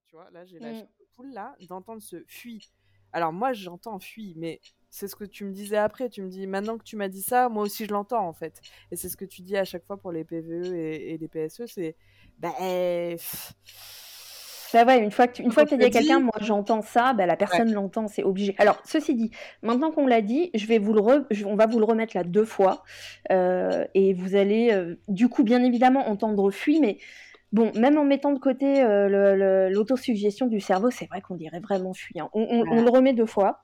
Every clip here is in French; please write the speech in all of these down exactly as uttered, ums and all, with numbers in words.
tu vois. Là, j'ai la Mm. chair de poule, là, d'entendre ce fuit. Alors, moi, j'entends fuit, mais c'est ce que tu me disais après. Tu me dis, maintenant que tu m'as dit ça, moi aussi, je l'entends, en fait. Et c'est ce que tu dis à chaque fois pour les P V E et, et les P S E, c'est, bah, pff, Bah ouais, une fois que tu une fois on que tu as te dit à dit, quelqu'un: «Moi, j'entends ça», bah, la ouais, personne l'entend, c'est obligé. Alors, ceci dit, maintenant qu'on l'a dit, je vais vous le re je on va vous le remettre là deux fois, heu et vous allez, heu, du coup, bien évidemment, entendre «fuit», mais bon, même en mettant de côté, heu, le le l'autosuggestion du cerveau, c'est vrai qu'on dirait vraiment «fuit», hein. On on on voilà. le remet deux fois.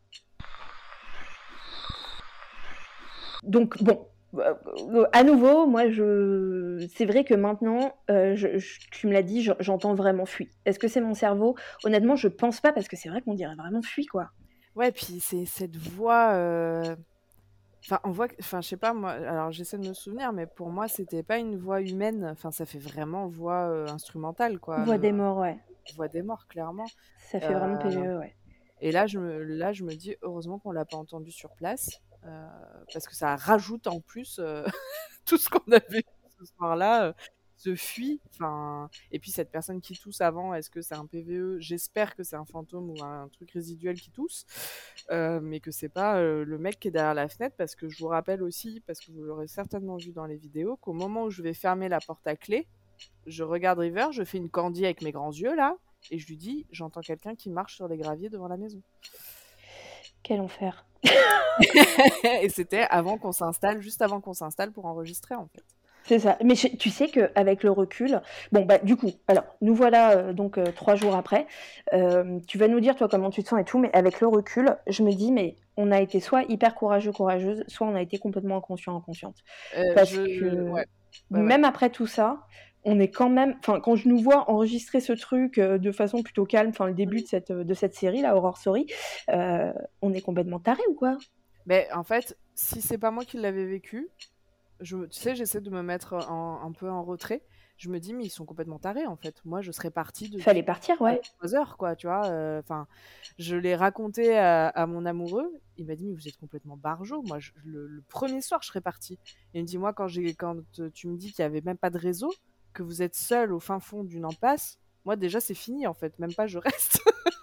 Donc bon, heu, à nouveau, moi, je c'est vrai que maintenant, heu, je je tu me l'as dit, je j'entends vraiment «fuit». Est-ce que c'est mon cerveau? Honnêtement, je pense pas parce que c'est vrai qu'on dirait vraiment «fuit», quoi. Ouais, puis c'est cette voix. euh, Enfin, on voit que, enfin, je sais pas, moi, alors j'essaie de me souvenir, mais pour moi, c'était pas une voix humaine. Enfin, ça fait vraiment voix euh, instrumentale, quoi. Voix euh, des morts, ouais. voix des morts, clairement. Ça fait Euh, vraiment P V E, ouais. et là, je me, là, je me dis, heureusement qu'on l'a pas entendu sur place, euh, parce que ça rajoute en plus euh, tout ce qu'on a vécu ce soir-là. euh, se fuit. Enfin, et puis cette personne qui tousse avant, est-ce que c'est un P V E? J'espère que c'est un fantôme ou un truc résiduel qui tousse, euh, mais que c'est pas euh, le mec qui est derrière la fenêtre, parce que je vous rappelle aussi, parce que vous l'aurez certainement vu dans les vidéos, qu'au moment où je vais fermer la porte à clé, je regarde River, je fais une Candy avec mes grands yeux là, et je lui dis, j'entends quelqu'un qui marche sur les graviers devant la maison. Quel enfer. Et c'était avant qu'on s'installe, juste avant qu'on s'installe pour enregistrer en fait. C'est ça. Mais je tu sais qu'avec le recul bon, bah, du coup, alors, nous voilà, heu, donc heu, trois jours après. Hem, tu vas nous dire, toi, comment tu te sens et tout, mais avec le recul, je me dis: «Mais on a été soit hyper courageux, courageuse, soit on a été complètement inconscient, inconsciente». Euh, Parce je, que ouais, ouais, ouais. même après tout ça, on est quand même enfin, quand je nous vois enregistrer ce truc, heu, de façon plutôt calme, enfin, le début de cette, de cette série là, Horror Story, heu, on est complètement tarés ou quoi? Mais en fait, si c'est pas moi qui l'avais vécu, je, tu sais, j'essaie de me mettre en, un peu en retrait. Je me dis, mais ils sont complètement tarés en fait. Moi, je serais partie Fallait depuis partir, ouais. trois heures, quoi, tu vois. euh, Enfin, je l'ai raconté à, à mon amoureux. Il m'a dit, mais vous êtes complètement barjot. Moi, je- le, le premier soir, je serais partie. Et il me dit, moi, quand, j'ai, quand euh, tu me dis qu'il n'y avait même pas de réseau, que vous êtes seul au fin fond d'une impasse, moi, déjà, c'est fini en fait. Même pas, je reste.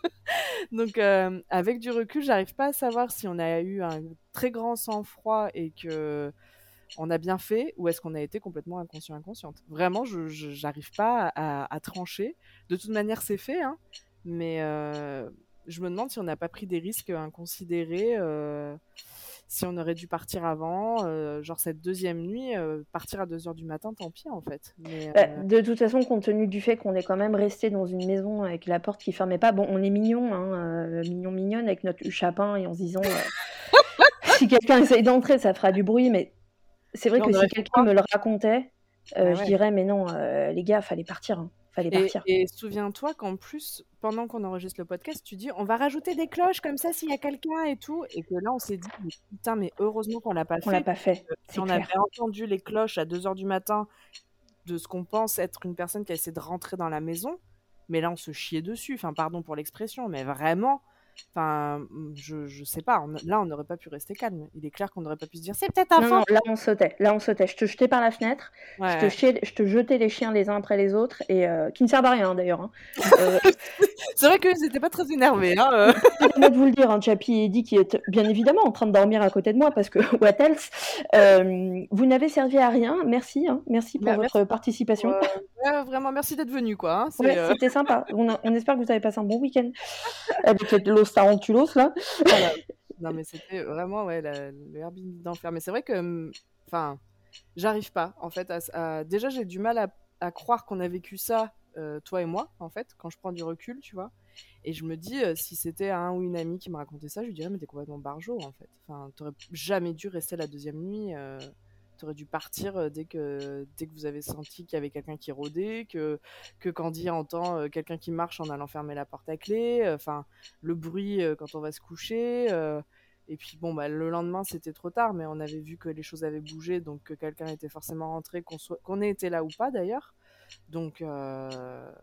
Donc, euh, avec du recul, j'arrive pas à savoir si on a eu un très grand sang-froid et que on a bien fait, ou est-ce qu'on a été complètement inconscient inconsciente. Vraiment, je, je j'arrive pas à, à, trancher. De toute manière, c'est fait, hein, mais euh, je me demande si on n'a pas pris des risques inconsidérés, euh, si on aurait dû partir avant, euh, genre cette deuxième nuit, euh, partir à deux heures du matin, tant pis en fait. Mais Bah, euh, de toute façon, compte tenu du fait qu'on est quand même resté dans une maison avec la porte qui fermait pas, bon, on est mignon, hein, heu, mignon, mignonne avec notre huchapin et en se disant, heu: «Si quelqu'un essaye d'entrer, ça fera du bruit», mais c'est vrai mais que on si aurait fait quelqu'un quoi? me le racontait, heu, Bah je ouais. dirais: «Mais non, heu, les gars, fallait partir, hein, fallait Et, partir». et souviens-toi qu'en plus, pendant qu'on enregistre le podcast, tu dis on va rajouter des cloches comme ça s'il y a quelqu'un et tout. Et que là, on s'est dit, mais putain, mais heureusement qu'on l'a pas On l'a fait. pas fait, Si c'est on avait clair. entendu les cloches à deux heures du matin de ce qu'on pense être une personne qui a essayé de rentrer dans la maison, mais là, on se chiait dessus. Enfin, pardon pour l'expression, mais vraiment. Enfin, je, je sais pas. On- là, on n'aurait pas pu rester calme. Il est clair qu'on n'aurait pas pu se dire c'est peut-être un Non, non, fantôme. là on sautait, là on sautait. Je te jetais par la fenêtre, je te Ouais. chiais je te jetais les chiens les uns après les autres et heu, qui ne servent à rien, hein, d'ailleurs, hein. Heu C'est vrai qu'ils n'étaient pas très énervés. Hein, euh. Permettez-moi de vous le dire, hein, Chappie et Eddie qui est bien évidemment en train de dormir à côté de moi parce que what else? Euh, vous n'avez servi à rien, merci, hein, merci pour Mer- votre Merci pour. participation. euh, ouais, vraiment, merci d'être venu, quoi. Hein, Ouais, c'est. euh, c'était sympa. On, a- on espère que vous avez passé un bon week-end avec les Los Tarantulos là. Oh là. Non, mais c'était vraiment ouais, la- le Airbnb d'enfer. Mais c'est vrai que, enfin, j'arrive pas, en fait, à, à- déjà, j'ai du mal à, à croire qu'on a vécu ça, euh, toi et moi, en fait, quand je prends du recul, tu vois. Et je me dis, euh, si c'était un ou une amie qui me racontait ça, je lui dirais, mais t'es complètement barjot, en fait. Enfin, t'aurais jamais dû rester la deuxième nuit. Euh, t'aurais dû partir euh, dès que, dès que vous avez senti qu'il y avait quelqu'un qui rôdait, que, que Candy entend euh, quelqu'un qui marche en allant fermer la porte à clé, euh, enfin, le bruit euh, quand on va se coucher. euh, et puis bon, bah, le lendemain, c'était trop tard, mais on avait vu que les choses avaient bougé, donc que quelqu'un était forcément rentré, qu'on soit... qu'on ait été là ou pas d'ailleurs. Donc, euh...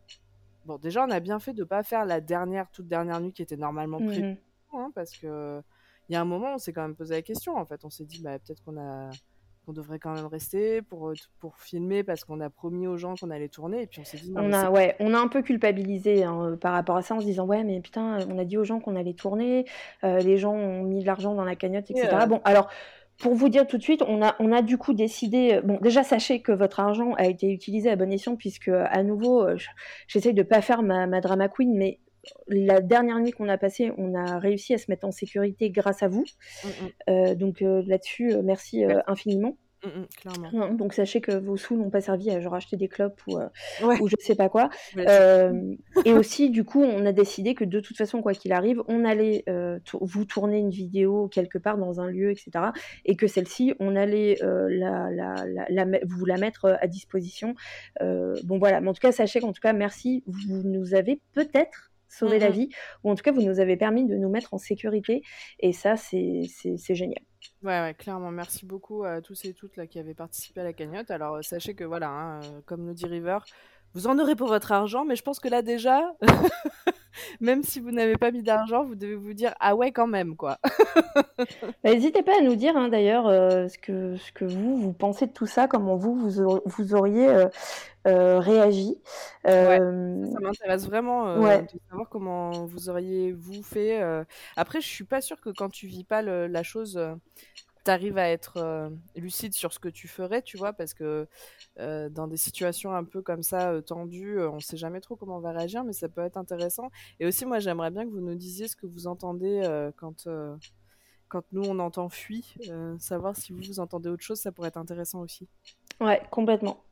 bon, déjà, on a bien fait de ne pas faire la dernière, toute dernière nuit qui était normalement prévue, Mhm. hein, parce que il y a un moment, on s'est quand même posé la question. En fait, on s'est dit, bah, peut-être qu'on a qu'on devrait quand même rester pour, euh, t- pour filmer parce qu'on a promis aux gens qu'on allait tourner. Et puis on s'est dit, non, mais On c'est. a, ouais, on a un peu culpabilisé hein, euh, par rapport à ça en se disant ouais mais putain euh, on a dit aux gens qu'on allait tourner, euh, les gens ont mis de l'argent dans la cagnotte et cetera. euh, Bon alors pour vous dire tout de suite on a on a du coup décidé euh, bon déjà sachez que votre argent a été utilisé à bon escient puisque à nouveau euh, j'essaye de pas faire ma, ma drama queen mais la dernière nuit qu'on a passée on a réussi à se mettre en sécurité grâce à vous. mm, mm. Euh, donc euh, là-dessus euh, merci euh, Merci. infiniment. Mm, mm, clairement. Non, donc sachez que vos sous n'ont pas servi à genre acheter des clopes ou, euh, Ouais, ou je sais pas quoi. voilà, c'est- Euh, et aussi, du coup, on a décidé que de toute façon, quoi qu'il arrive, on allait euh, tour- vous tourner une vidéo quelque part dans un lieu, et cetera. Et que celle-ci, on allait euh, la, la, la, la me- vous la mettre euh, à disposition. Euh, bon voilà, mais en tout cas, sachez qu'en tout cas, merci, vous nous avez peut-être sauvé Mm, la mm. vie, ou en tout cas, vous nous avez permis de nous mettre en sécurité. Et ça, c'est c'est- c'est génial. Ouais, ouais, clairement. Merci beaucoup à tous et toutes là, qui avaient participé à la cagnotte. Alors, euh, sachez que, voilà, hein, euh, comme nous dit River, vous en aurez pour votre argent, mais je pense que là, déjà, même si vous n'avez pas mis d'argent, vous devez vous dire, ah ouais, quand même, quoi. Bah, n'hésitez pas à nous dire hein, d'ailleurs euh, ce, que, ce que vous, vous pensez de tout ça, comment vous, vous, aur- vous auriez euh, euh, réagi. Ouais, Euh, ça, ça m'intéresse vraiment euh, ouais, de savoir comment vous auriez, vous, fait. euh. Après, je suis pas sûre que quand tu vis pas le- la chose, euh, t'arrives à être euh, lucide sur ce que tu ferais, tu vois, parce que euh, dans des situations un peu comme ça, euh, tendues, euh, on sait jamais trop comment on va réagir, mais ça peut être intéressant. Et aussi, moi, j'aimerais bien que vous nous disiez ce que vous entendez euh, quand, euh, quand nous, on entend fuit. Euh, savoir si vous, vous entendez autre chose, ça pourrait être intéressant aussi. ouais, complètement.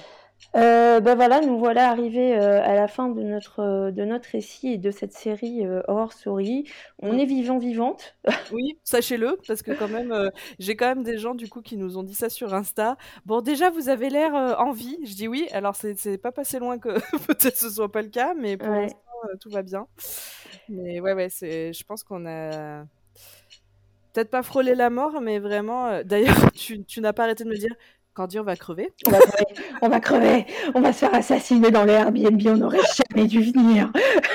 Euh, ben voilà, nous voilà arrivés euh, à la fin de notre, euh, de notre récit et de cette série euh, Horror Story. On Mm. est vivant vivante. Oui, sachez-le, parce que quand même, euh, j'ai quand même des gens du coup qui nous ont dit ça sur Insta. Bon, déjà, vous avez l'air euh, en vie. Je dis oui. Alors, c'est c'est pas passé loin que peut-être ce soit pas le cas, mais pour Ouais. l'instant, euh, tout va bien. Mais ouais, ouais, c'est. Je pense qu'on a peut-être pas frôlé la mort, mais vraiment. euh, D'ailleurs, tu, tu n'as pas arrêté de me dire quand dit on va crever. On va crever, on va crever, on va se faire assassiner dans le Airbnb, on n'aurait jamais dû venir.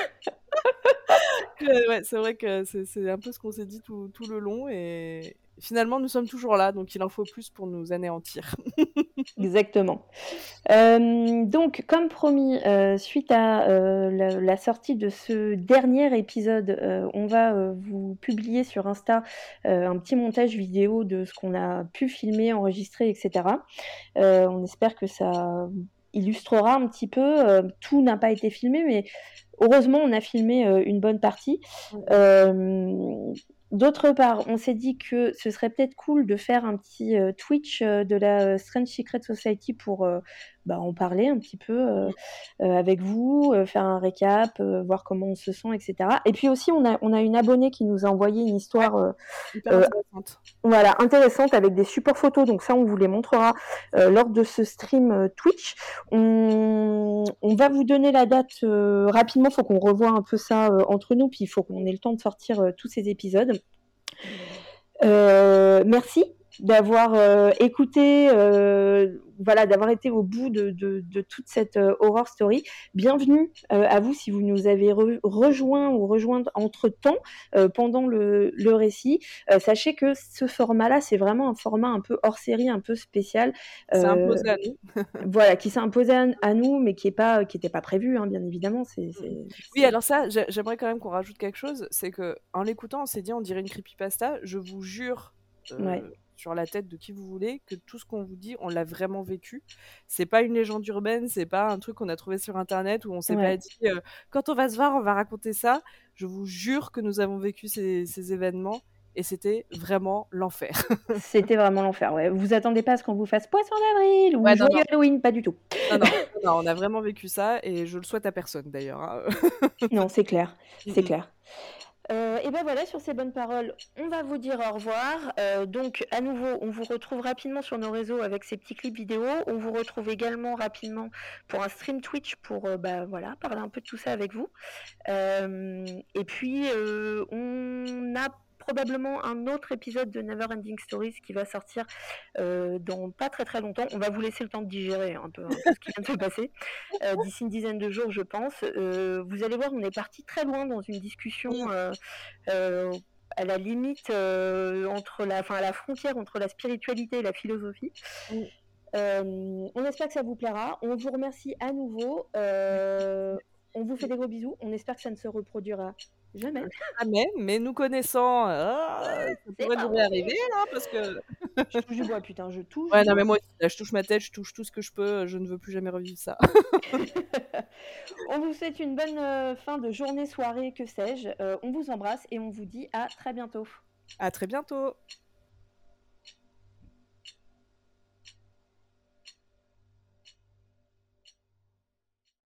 Euh, ouais, c'est vrai que c'est c'est un peu ce qu'on s'est dit tout, tout le long, et finalement, nous sommes toujours là, donc il en faut plus pour nous anéantir. Exactement. Euh, donc, comme promis, euh, suite à euh, la, la sortie de ce dernier épisode, euh, on va euh, vous publier sur Insta euh, un petit montage vidéo de ce qu'on a pu filmer, enregistrer, et cetera. Euh, on espère que ça illustrera un petit peu. Euh, tout n'a pas été filmé, mais heureusement, on a filmé euh, une bonne partie. Euh, D'autre part, on s'est dit que ce serait peut-être cool de faire un petit euh, Twitch euh, de la euh, Strange Secret Society pour euh, bah, en parler un petit peu euh, euh, avec vous, euh, faire un récap, euh, voir comment on se sent, et cetera. Et puis aussi, on a, on a une abonnée qui nous a envoyé une Ouais, histoire euh, hyper euh, intéressante. voilà, intéressante avec des supports photos. Donc ça, on vous les montrera euh, lors de ce stream euh, Twitch. On, on va vous donner la date euh, rapidement. Il faut qu'on revoie un peu ça euh, entre nous. Puis il faut qu'on ait le temps de sortir euh, tous ces épisodes. Euh, merci d'avoir euh, écouté, euh, voilà, d'avoir été au bout de, de, de toute cette euh, horror story. Bienvenue euh, à vous si vous nous avez re- rejoint ou rejoint entre-temps euh, pendant le, le récit. Euh, sachez que ce format-là, c'est vraiment un format un peu hors série, un peu spécial. C'est Euh, imposé à nous. voilà, qui s'est imposé à, à nous, mais qui est pas, qui n'était pas prévu, hein, bien évidemment. C'est, Mm. c'est, Oui, c'est... alors ça, j'ai- j'aimerais quand même qu'on rajoute quelque chose, c'est que en l'écoutant, on s'est dit on dirait une creepypasta. Je vous jure, Ouais. euh, sur la tête de qui vous voulez, que tout ce qu'on vous dit, on l'a vraiment vécu. C'est pas une légende urbaine, c'est pas un truc qu'on a trouvé sur internet où on s'est pas Ouais. dit euh, quand on va se voir, on va raconter ça. Je vous jure que nous avons vécu ces, ces événements et c'était vraiment l'enfer. C'était vraiment l'enfer. Ouais. Vous attendez pas à ce qu'on vous fasse Poisson d'avril ou Ouais, non, Joyeux non, Halloween, pas du tout. non, non, non, non, on a vraiment vécu ça et je le souhaite à personne d'ailleurs, hein. Non, c'est clair, Mm, c'est mm. clair. Euh, et ben voilà, sur ces bonnes paroles, on va vous dire au revoir. Euh, donc, à nouveau, on vous retrouve rapidement sur nos réseaux avec ces petits clips vidéo. On vous retrouve également rapidement pour un stream Twitch pour euh, bah, voilà, parler un peu de tout ça avec vous. Euh, et puis, euh, on a probablement un autre épisode de Never Ending Stories qui va sortir euh, dans pas très très longtemps. On va vous laisser le temps de digérer un peu hein, tout ce qui vient de se passer. Euh, d'ici une dizaine de jours, je pense. Euh, vous allez voir, on est parti très loin dans une discussion Mm. euh, euh, à la limite, heu, entre la enfin, à la frontière entre la spiritualité et la philosophie. Mmh. Hem, on espère que ça vous plaira. On vous remercie à nouveau. Heu, on vous fait des gros bisous. On espère que ça ne se reproduira jamais. Jamais, mais nous connaissant, heu, ça C'est pourrait pas nous possible! réarriver, hein, parce que Je touche du bois, putain, je touche ouais, du non, mais bois. moi aussi, là, je touche ma tête, je touche tout ce que je peux, je ne veux plus jamais revivre ça. On vous souhaite une bonne, heu, fin de journée, soirée, que sais-je. Heu, on vous embrasse et on vous dit à très bientôt. À très bientôt.